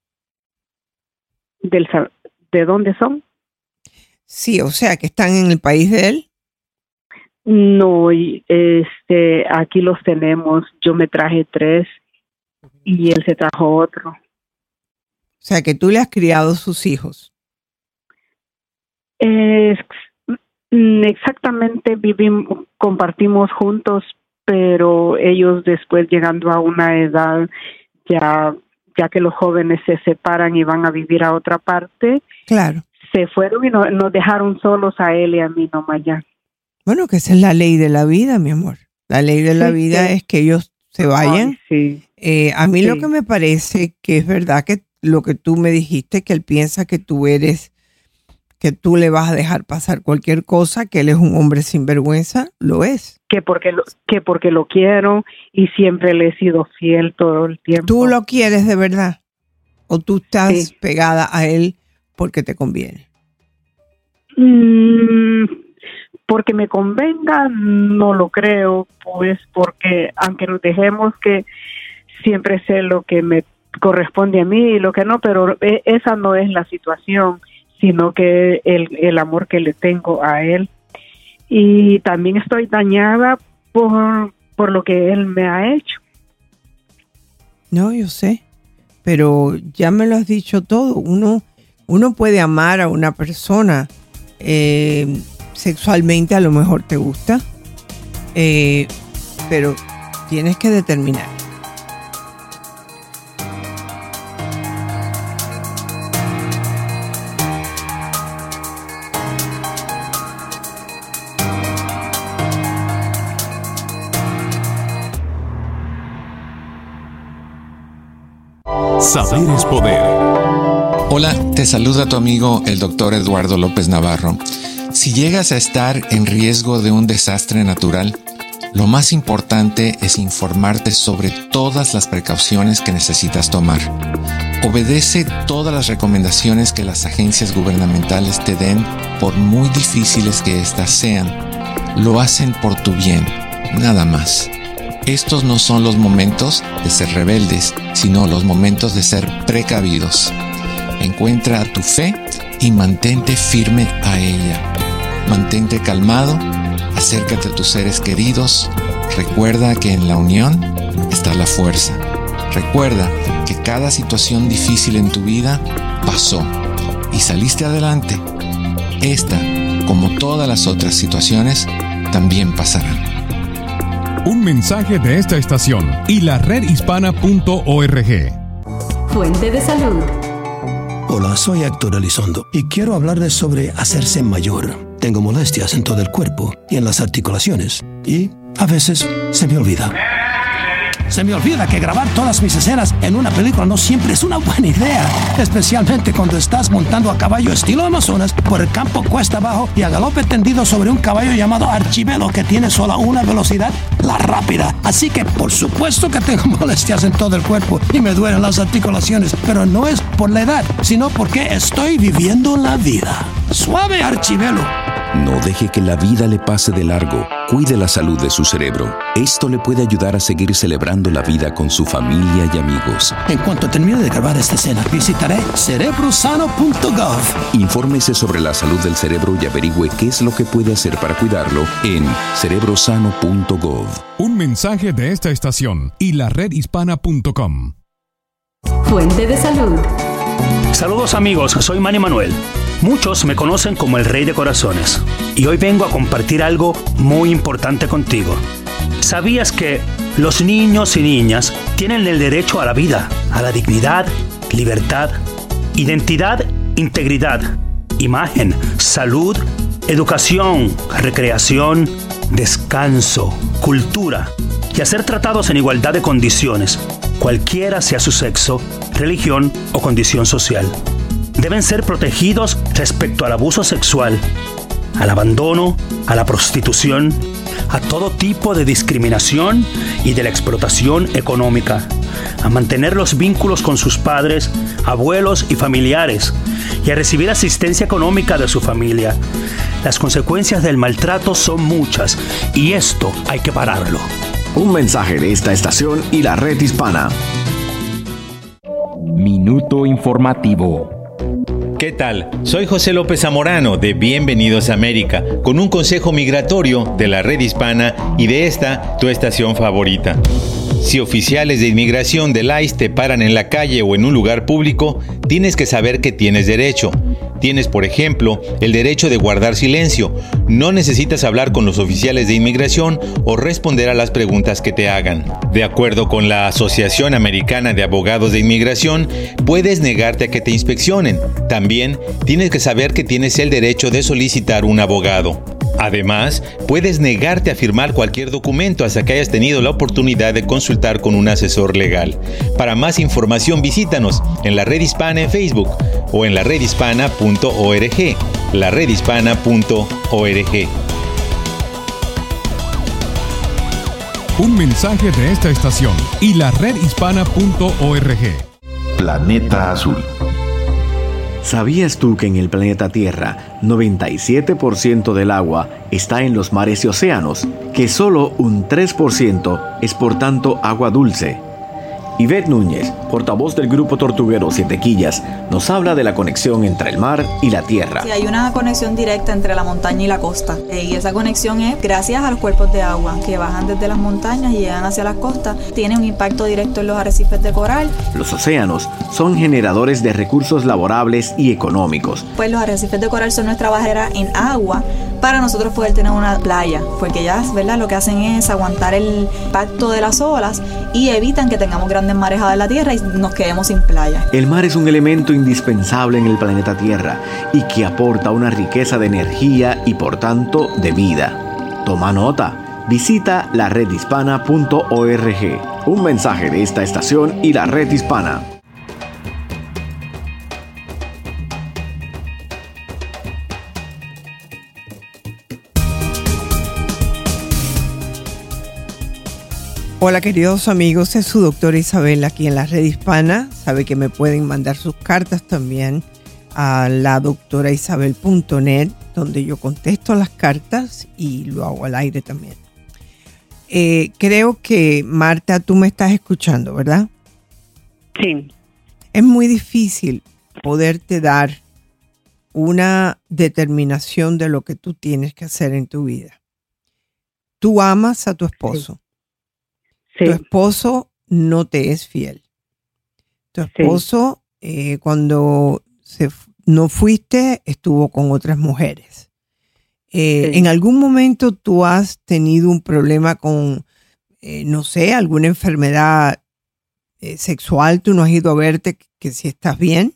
Del, Sa- ¿De dónde son?
Sí, o sea, que están en el país de él.
No, y, este, aquí los tenemos. Yo me traje tres y él se trajo otro.
O sea, que tú le has criado sus hijos.
Es, mm, exactamente, vivimos, compartimos juntos, pero ellos después llegando a una edad, ya, ya que los jóvenes se separan y van a vivir a otra parte,
Claro.
se fueron y no- nos dejaron solos a él y a mí nomás ya.
Bueno, que esa es la ley de la vida, mi amor. La ley de la
Sí,
vida
sí.
es que ellos se vayan.
Ay, sí.
Eh, a mí lo
Sí.
que me parece que es verdad que lo que tú me dijiste, que él piensa que tú eres, que tú le vas a dejar pasar cualquier cosa, que él es un hombre sin vergüenza, lo es.
Que porque lo, que porque lo quiero y siempre le he sido fiel todo el tiempo.
¿Tú lo quieres de verdad? ¿O tú estás
Sí.
pegada a él porque te conviene?
Mm, porque me convenga, no lo creo, pues porque aunque nos dejemos, que siempre sé lo que me corresponde a mí y lo que no, pero e- esa no es la situación, sino que el, el amor que le tengo a él. Y también estoy dañada por, por lo que él me ha hecho.
No, yo sé, pero ya me lo has dicho todo. Uno, uno puede amar a una persona eh, sexualmente, a lo mejor te gusta, eh, pero tienes que determinar.
Saber es poder.
Hola, te saluda tu amigo el doctor Eduardo López Navarro. Si llegas a estar en riesgo de un desastre natural, lo más importante es informarte sobre todas las precauciones que necesitas tomar. Obedece todas las recomendaciones que las agencias gubernamentales te den, por muy difíciles que éstas sean. Lo hacen por tu bien, nada más. Estos no son los momentos de ser rebeldes, sino los momentos de ser precavidos. Encuentra tu fe y mantente firme a ella. Mantente calmado, acércate a tus seres queridos. Recuerda que en la unión está la fuerza. Recuerda que cada situación difícil en tu vida pasó y saliste adelante. Esta, como todas las otras situaciones, también pasarán.
Un mensaje de esta estación y la red hispana punto org.
Fuente de salud.
Hola, soy Héctor Elizondo y quiero hablarles sobre hacerse mayor. Tengo molestias en todo el cuerpo y en las articulaciones y a veces se me olvida. Se me olvida que grabar todas mis escenas en una película no siempre es una buena idea, especialmente cuando estás montando a caballo estilo Amazonas por el campo cuesta abajo y a galope tendido sobre un caballo llamado Archibelo que tiene solo una velocidad, la rápida. Así que por supuesto que tengo molestias en todo el cuerpo y me duelen las articulaciones, pero no es por la edad, sino porque estoy viviendo la vida. ¡Suave, Archibelo!
No deje que la vida le pase de largo. Cuide la salud de su cerebro. Esto le puede ayudar a seguir celebrando la vida con su familia y amigos.
En cuanto termine de grabar esta escena, visitaré cerebro sano punto gov.
Infórmese sobre la salud del cerebro y averigüe qué es lo que puede hacer para cuidarlo en cerebro sano punto gov.
Un mensaje de esta estación y la red hispana punto com.
Fuente de salud.
Saludos amigos, soy Manny Manuel. Muchos me conocen como el Rey de Corazones y hoy vengo a compartir algo muy importante contigo. ¿Sabías que los niños y niñas tienen el derecho a la vida, a la dignidad, libertad, identidad, integridad, imagen, salud, educación, recreación, descanso, cultura y a ser tratados en igualdad de condiciones, cualquiera sea su sexo, religión o condición social? Deben ser protegidos respecto al abuso sexual, al abandono, a la prostitución, a todo tipo de discriminación y de la explotación económica, a mantener los vínculos con sus padres, abuelos y familiares y a recibir asistencia económica de su familia. Las consecuencias del maltrato son muchas y esto hay que pararlo.
Un mensaje de esta estación y la red hispana.
Minuto informativo. ¿Qué tal? Soy José López Zamorano de Bienvenidos a América, con un consejo migratorio de la red hispana y de esta, tu estación favorita. Si oficiales de inmigración del I C E te paran en la calle o en un lugar público, tienes que saber que tienes derecho. Tienes, por ejemplo, el derecho de guardar silencio. No necesitas hablar con los oficiales de inmigración o responder a las preguntas que te hagan. De acuerdo con la Asociación Americana de Abogados de Inmigración, puedes negarte a que te inspeccionen. También tienes que saber que tienes el derecho de solicitar un abogado. Además, puedes negarte a firmar cualquier documento hasta que hayas tenido la oportunidad de consultar con un asesor legal. Para más información, visítanos en la Red Hispana en Facebook o en la red hispana punto org. la red hispana punto org.
Un mensaje de esta estación y la red hispana punto org.
Planeta Azul.
¿Sabías tú que en el planeta Tierra noventa y siete por ciento del agua está en los mares y océanos? Que solo un tres por ciento es por tanto agua dulce. Ivette Núñez, portavoz del Grupo Tortuguero Siete Quillas, nos habla de la conexión entre el mar y la tierra.
Sí, hay una conexión directa entre la montaña y la costa. Y esa conexión es gracias a los cuerpos de agua que bajan desde las montañas y llegan hacia las costas. Tiene un impacto directo en los arrecifes de coral.
Los océanos son generadores de recursos laborables y económicos.
Pues los arrecifes de coral son nuestra barrera en agua para nosotros poder tener una playa, porque ellas, ¿verdad?, lo que hacen es aguantar el impacto de las olas y evitan que tengamos grandes marejadas en la tierra y nos quedemos sin playa.
El mar es un elemento indispensable en el planeta Tierra y que aporta una riqueza de energía y por tanto de vida. Toma nota. Visita la red hispana punto org. Un mensaje de esta estación y la red hispana.
Hola queridos amigos, es su doctora Isabel aquí en la Red Hispana. Sabe que me pueden mandar sus cartas también a la doctora isabel punto net, donde yo contesto las cartas y lo hago al aire también. Eh, creo que Marta, tú me estás escuchando, ¿verdad?
Sí.
Es muy difícil poderte dar una determinación de lo que tú tienes que hacer en tu vida. Tú amas a tu esposo.
Sí. Sí.
Tu esposo no te es fiel. Tu esposo, sí. eh, cuando se, no fuiste, estuvo con otras mujeres. Eh, sí. ¿En algún momento tú has tenido un problema con, eh, no sé, alguna enfermedad eh, sexual? ¿Tú no has ido a verte que, que si estás bien?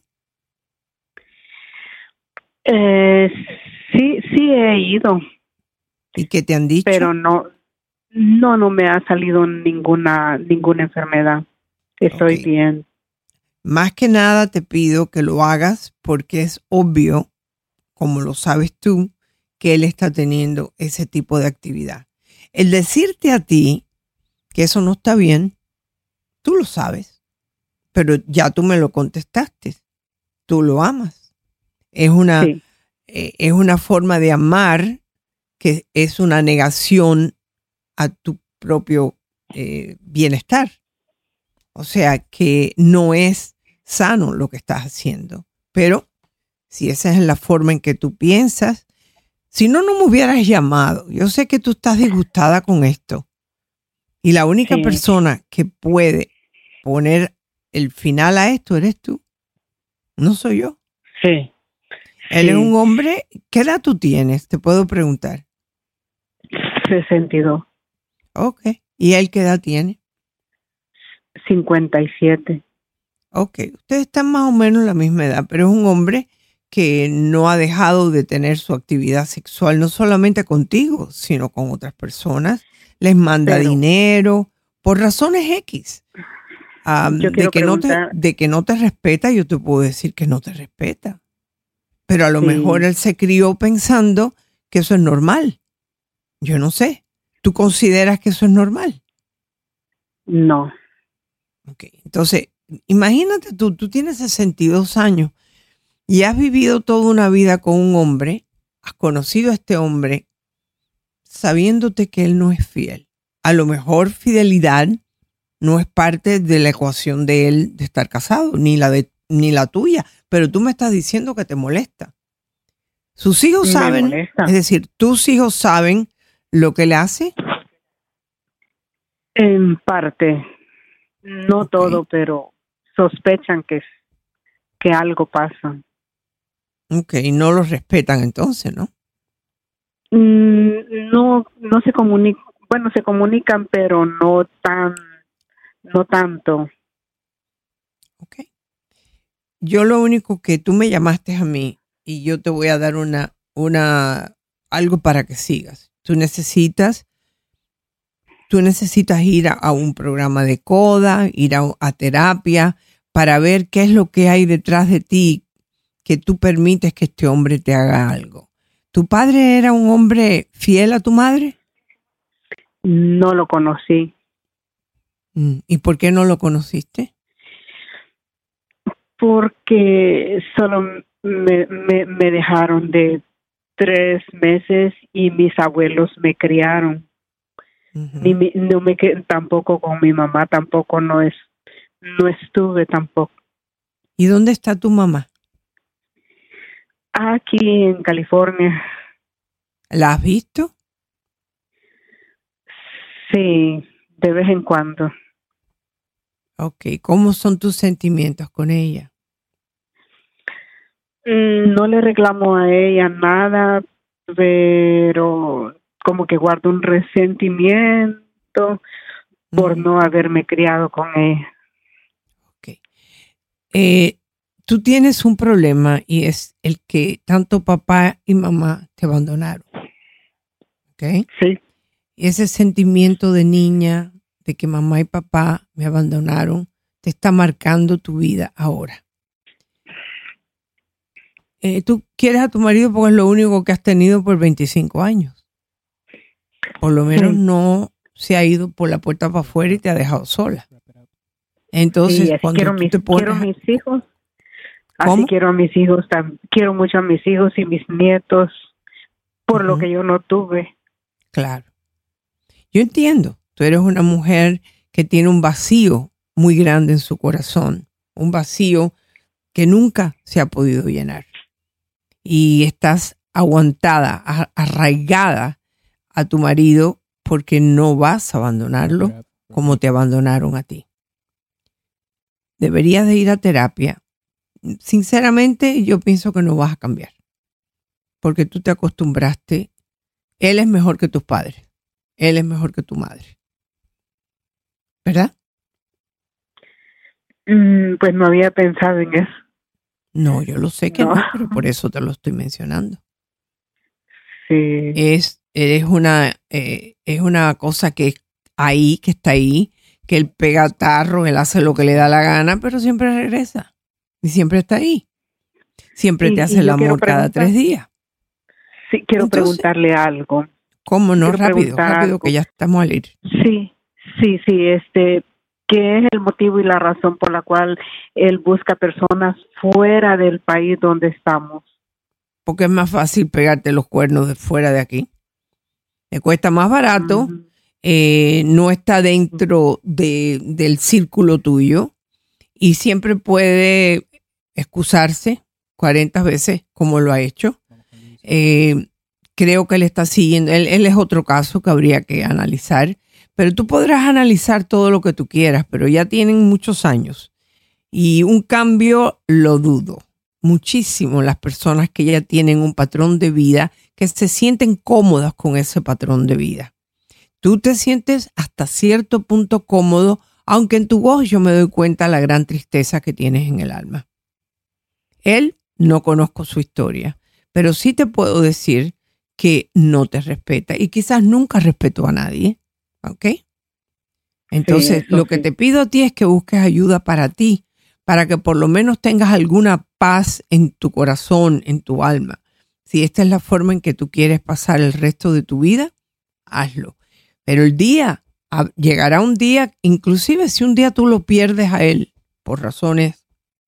Eh, sí, sí he ido.
¿Y qué te han dicho?
Pero no... No, no me ha salido ninguna ninguna enfermedad. Estoy okay. bien.
Más que nada te pido que lo hagas porque es obvio, como lo sabes tú, que él está teniendo ese tipo de actividad. El decirte a ti que eso no está bien, tú lo sabes, pero ya tú me lo contestaste. Tú lo amas. Es una, sí. eh, es una forma de amar que es una negación a tu propio eh, bienestar. O sea que no es sano lo que estás haciendo. Pero si esa es la forma en que tú piensas, si no, no me hubieras llamado. Yo sé que tú estás disgustada con esto. Y la única sí. persona que puede poner el final a esto eres tú. No soy yo.
Sí.
Él
sí.
es un hombre. ¿Qué edad tú tienes? Te puedo preguntar.
sesenta y dos.
Ok. ¿Y él qué edad tiene?
cincuenta y siete.
Ok. Ustedes están más o menos en la misma edad, pero es un hombre que no ha dejado de tener su actividad sexual, no solamente contigo, sino con otras personas. Les manda pero, dinero por razones X. Um, de, que no te, de que no te respeta, yo te puedo decir que no te respeta. Pero a lo sí. mejor él se crió pensando que eso es normal. Yo no sé. ¿Tú consideras que eso es normal?
No.
Ok, entonces, imagínate tú, tú tienes sesenta y dos años y has vivido toda una vida con un hombre, has conocido a este hombre sabiéndote que él no es fiel. A lo mejor fidelidad no es parte de la ecuación de él de estar casado, ni la, de, ni la tuya, pero tú me estás diciendo que te molesta. Sus hijos saben, es decir, tus hijos saben lo que le hace.
En parte, no okay. todo, pero sospechan que, que algo pasa.
Ok, no los respetan entonces, ¿no?
Mm, no, no se comunican, bueno, se comunican, pero no tan, no tanto.
Ok. Yo lo único que tú me llamaste a mí y yo te voy a dar una, una, algo para que sigas. Tú necesitas, tú necesitas ir a, a un programa de coda, ir a, a terapia para ver qué es lo que hay detrás de ti que tú permites que este hombre te haga algo. ¿Tu padre era un hombre fiel a tu madre?
No lo conocí.
¿Y por qué no lo conociste?
Porque solo me, me, me dejaron de tres meses y mis abuelos me criaron. Uh-huh. Ni mi, no me tampoco con mi mamá, tampoco no es, no estuve tampoco.
¿Y dónde está tu mamá?
Aquí en California.
¿La has visto?
Sí, de vez en cuando.
Ok, ¿cómo son tus sentimientos con ella?
No le reclamo a ella nada, pero como que guardo un resentimiento por mm. no haberme criado con ella.
Ok. Eh, tú tienes un problema y es el que tanto papá y mamá te abandonaron. ¿Ok?
Sí.
Y ese sentimiento de niña, de que mamá y papá me abandonaron, te está marcando tu vida ahora. Eh, tú quieres a tu marido porque es lo único que has tenido por veinticinco años. Por lo menos sí. no se ha ido por la puerta para afuera y te ha dejado sola. Entonces,
sí, así
cuando
quiero,
tú
mis,
te pones...
quiero mis hijos, así
¿Cómo?
quiero a mis hijos, tam- quiero mucho a mis hijos y mis nietos por uh-huh. lo que yo no tuve.
Claro. Yo entiendo, tú eres una mujer que tiene un vacío muy grande en su corazón, un vacío que nunca se ha podido llenar. Y estás aguantada, arraigada a tu marido porque no vas a abandonarlo como te abandonaron a ti. Deberías de ir a terapia. Sinceramente, yo pienso que no vas a cambiar porque tú te acostumbraste. Él es mejor que tus padres. Él es mejor que tu madre. ¿Verdad?
Mm, pues no había pensado en eso.
No, yo lo sé que no, no pero por eso te lo estoy mencionando.
Sí.
Es, eres una, eh, es una cosa que es ahí, que está ahí, que él pega tarro, él hace lo que le da la gana, pero siempre regresa. Y siempre está ahí. Siempre
y,
te hace el amor cada tres días.
Sí, quiero Entonces, preguntarle algo.
¿Cómo no?
Quiero
Rápido, rápido, algo. Que ya estamos al ir.
Sí, sí, sí, este... ¿Qué es el motivo y la razón por la cual él busca personas fuera del país donde estamos?
Porque es más fácil pegarte los cuernos de fuera de aquí. Le cuesta más barato, uh-huh. eh, no está dentro de, del círculo tuyo y siempre puede excusarse cuarenta veces como lo ha hecho. Eh, creo que él está siguiendo, él, él es otro caso que habría que analizar. Pero tú podrás analizar todo lo que tú quieras, pero ya tienen muchos años. Y un cambio lo dudo. Muchísimo las personas que ya tienen un patrón de vida, que se sienten cómodas con ese patrón de vida. Tú te sientes hasta cierto punto cómodo, aunque en tu voz yo me doy cuenta de la gran tristeza que tienes en el alma. Él, no conozco su historia, pero sí te puedo decir que no te respeta y quizás nunca respetó a nadie. ¿Ok? Entonces, sí, lo que sí. te pido a ti es que busques ayuda para ti, para que por lo menos tengas alguna paz en tu corazón, en tu alma. Si esta es la forma en que tú quieres pasar el resto de tu vida, hazlo. Pero el día, llegará un día, inclusive si un día tú lo pierdes a él por razones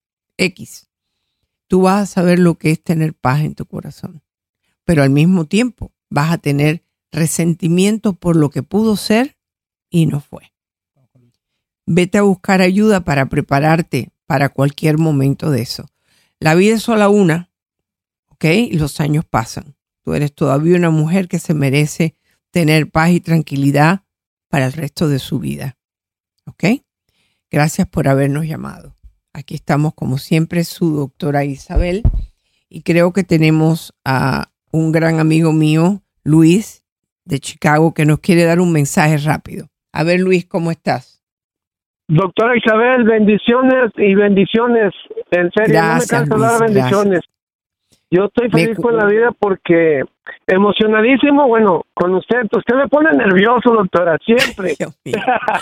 X, tú vas a saber lo que es tener paz en tu corazón. Pero al mismo tiempo vas a tener resentimiento por lo que pudo ser y no fue. Vete a buscar ayuda para prepararte para cualquier momento de eso. La vida es solo una, ¿ok? Y los años pasan. Tú eres todavía una mujer que se merece tener paz y tranquilidad para el resto de su vida, ¿ok? Gracias por habernos llamado. Aquí estamos, como siempre, su doctora Isabel, y creo que tenemos a un gran amigo mío, Luis, de Chicago, que nos quiere dar un mensaje rápido. A ver, Luis, ¿cómo estás?
Doctora Isabel, bendiciones y bendiciones. En serio,
gracias,
no me canso de dar bendiciones. Gracias. Yo estoy feliz me... con la vida porque emocionadísimo, bueno, con usted. Usted me pone nervioso, doctora, siempre.
Dios mío.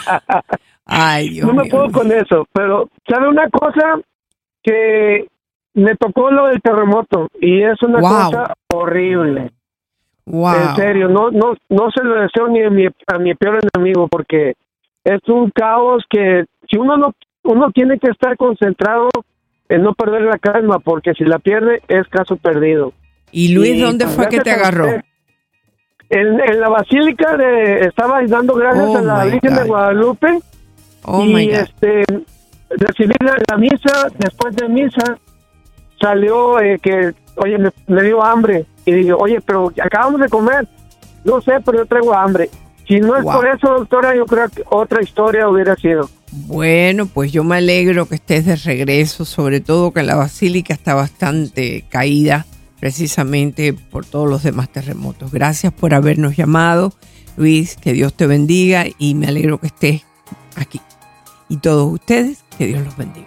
Ay, Dios
no me
mío.
puedo con eso, pero ¿sabe una cosa? Que me tocó lo del terremoto y es una wow. cosa horrible.
Wow.
En serio, no, no, no se lo deseo ni a mi, a mi peor enemigo porque es un caos que si uno no, uno tiene que estar concentrado en no perder la calma porque si la pierde es caso perdido.
¿Y Luis, y, dónde fue que te agarró?
En, en la basílica de, estaba dando gracias oh a la Virgen God. de Guadalupe
oh
y este recibí la, la misa, después de misa salió eh, que, oye, me, me dio hambre. Y digo, oye, pero acabamos de comer. No sé, pero yo traigo hambre. Si no es wow. por eso, doctora, yo creo que otra historia hubiera sido.
Bueno, pues yo me alegro que estés de regreso, sobre todo que la basílica está bastante caída, precisamente por todos los demás terremotos. Gracias por habernos llamado, Luis, que Dios te bendiga y me alegro que estés aquí. Y todos ustedes, que Dios los bendiga.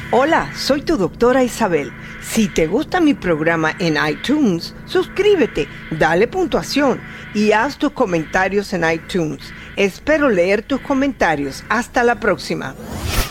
Hola, soy tu doctora Isabel. Si te gusta mi programa en iTunes, suscríbete, dale puntuación y haz tus comentarios en iTunes. Espero leer tus comentarios. Hasta la próxima.